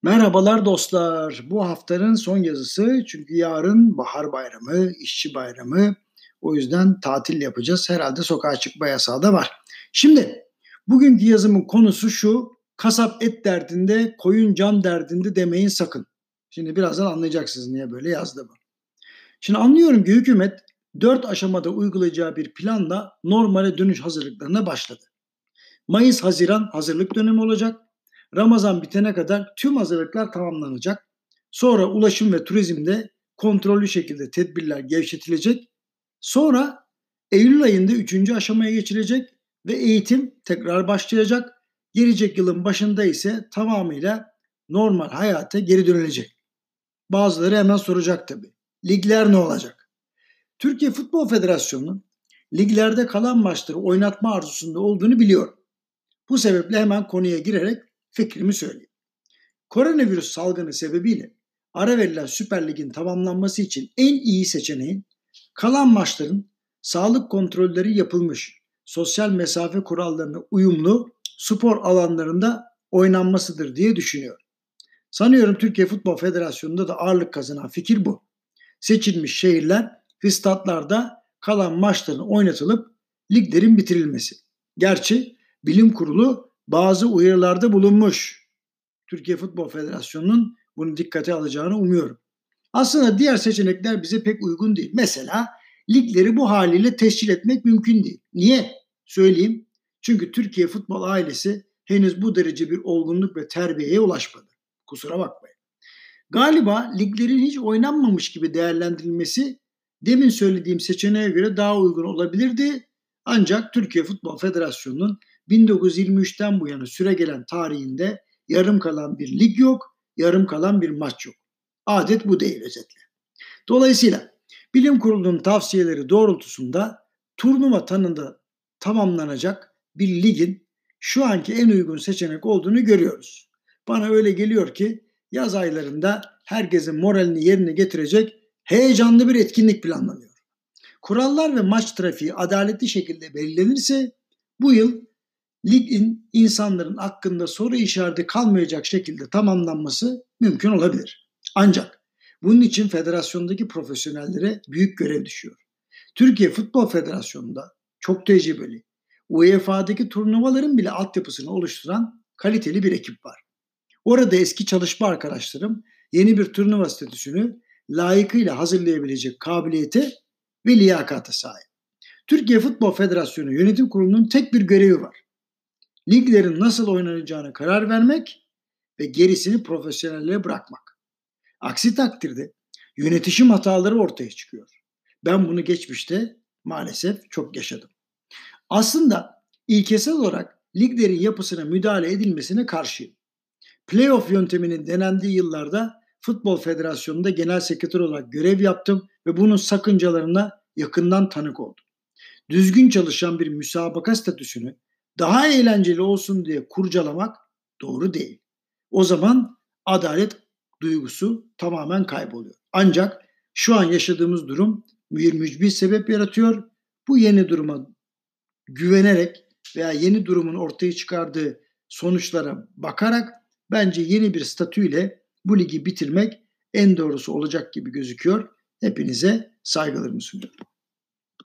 Merhabalar dostlar. Bu haftanın son yazısı çünkü yarın Bahar Bayramı, İşçi Bayramı. O yüzden tatil yapacağız. Herhalde sokağa çıkma yasağı da var. Şimdi bugünkü yazımın konusu şu. Kasap et derdinde, koyun can derdinde demeyin sakın. Şimdi birazdan anlayacaksınız niye böyle yazdığımı. Şimdi anlıyorum ki hükümet 4 aşamada uygulayacağı bir planla normale dönüş hazırlıklarına başladı. Mayıs-Haziran hazırlık dönemi olacak. Ramazan bitene kadar tüm hazırlıklar tamamlanacak. Sonra ulaşım ve turizmde kontrollü şekilde tedbirler gevşetilecek. Sonra Eylül ayında 3. aşamaya geçilecek ve eğitim tekrar başlayacak. Gelecek yılın başında ise tamamıyla normal hayata geri dönülecek. Bazıları hemen soracak tabii. Ligler ne olacak? Türkiye Futbol Federasyonu'nun liglerde kalan maçları oynatma arzusunda olduğunu biliyorum. Bu sebeple hemen konuya girerek fikrimi söyleyeyim. Koronavirüs salgını sebebiyle ara verilen Süper Lig'in tamamlanması için en iyi seçeneğin kalan maçların sağlık kontrolleri yapılmış, sosyal mesafe kurallarına uyumlu spor alanlarında oynanmasıdır diye düşünüyorum. Sanıyorum Türkiye Futbol Federasyonu'nda da ağırlık kazanan fikir bu. Seçilmiş şehirler ve statlarda kalan maçların oynatılıp liglerin bitirilmesi. Gerçi bilim kurulu bazı uyarılarda bulunmuş. Türkiye Futbol Federasyonu'nun bunu dikkate alacağını umuyorum. Aslında diğer seçenekler bize pek uygun değil. Mesela ligleri bu haliyle tescil etmek mümkün değil. Niye? Söyleyeyim. Çünkü Türkiye futbol ailesi henüz bu derece bir olgunluk ve terbiyeye ulaşmadı. Kusura bakmayın. Galiba liglerin hiç oynanmamış gibi değerlendirilmesi demin söylediğim seçeneğe göre daha uygun olabilirdi. Ancak Türkiye Futbol Federasyonu'nun 1923'ten bu yana süregelen tarihinde yarım kalan bir lig yok, yarım kalan bir maç yok. Adet bu değil özetle. Dolayısıyla bilim kurulunun tavsiyeleri doğrultusunda turnuva tanında tamamlanacak bir ligin şu anki en uygun seçenek olduğunu görüyoruz. Bana öyle geliyor ki yaz aylarında herkesin moralini yerine getirecek heyecanlı bir etkinlik planlanıyor. Kurallar ve maç trafiği adaletli şekilde belirlenirse bu yıl ligin insanların hakkında soru işareti kalmayacak şekilde tamamlanması mümkün olabilir. Ancak bunun için federasyondaki profesyonellere büyük görev düşüyor. Türkiye Futbol Federasyonu'nda çok tecrübeli, UEFA'daki turnuvaların bile altyapısını oluşturan kaliteli bir ekip var. Orada eski çalışma arkadaşlarım yeni bir turnuva statüsünü layıkıyla hazırlayabilecek kabiliyete ve liyakata sahip. Türkiye Futbol Federasyonu Yönetim Kurulu'nun tek bir görevi var. Liglerin nasıl oynanacağına karar vermek ve gerisini profesyonellere bırakmak. Aksi takdirde yönetişim hataları ortaya çıkıyor. Ben bunu geçmişte maalesef çok yaşadım. Aslında ilkesel olarak liglerin yapısına müdahale edilmesine karşıyım. Playoff yönteminin denendiği yıllarda Futbol Federasyonu'nda genel sekreter olarak görev yaptım ve bunun sakıncalarına yakından tanık oldum. Düzgün çalışan bir müsabaka statüsünü daha eğlenceli olsun diye kurcalamak doğru değil. O zaman adalet duygusu tamamen kayboluyor. Ancak şu an yaşadığımız durum bir mücbir sebep yaratıyor. Bu yeni duruma güvenerek veya yeni durumun ortaya çıkardığı sonuçlara bakarak bence yeni bir statüyle bu ligi bitirmek en doğrusu olacak gibi gözüküyor. Hepinize saygılarımı sunuyorum.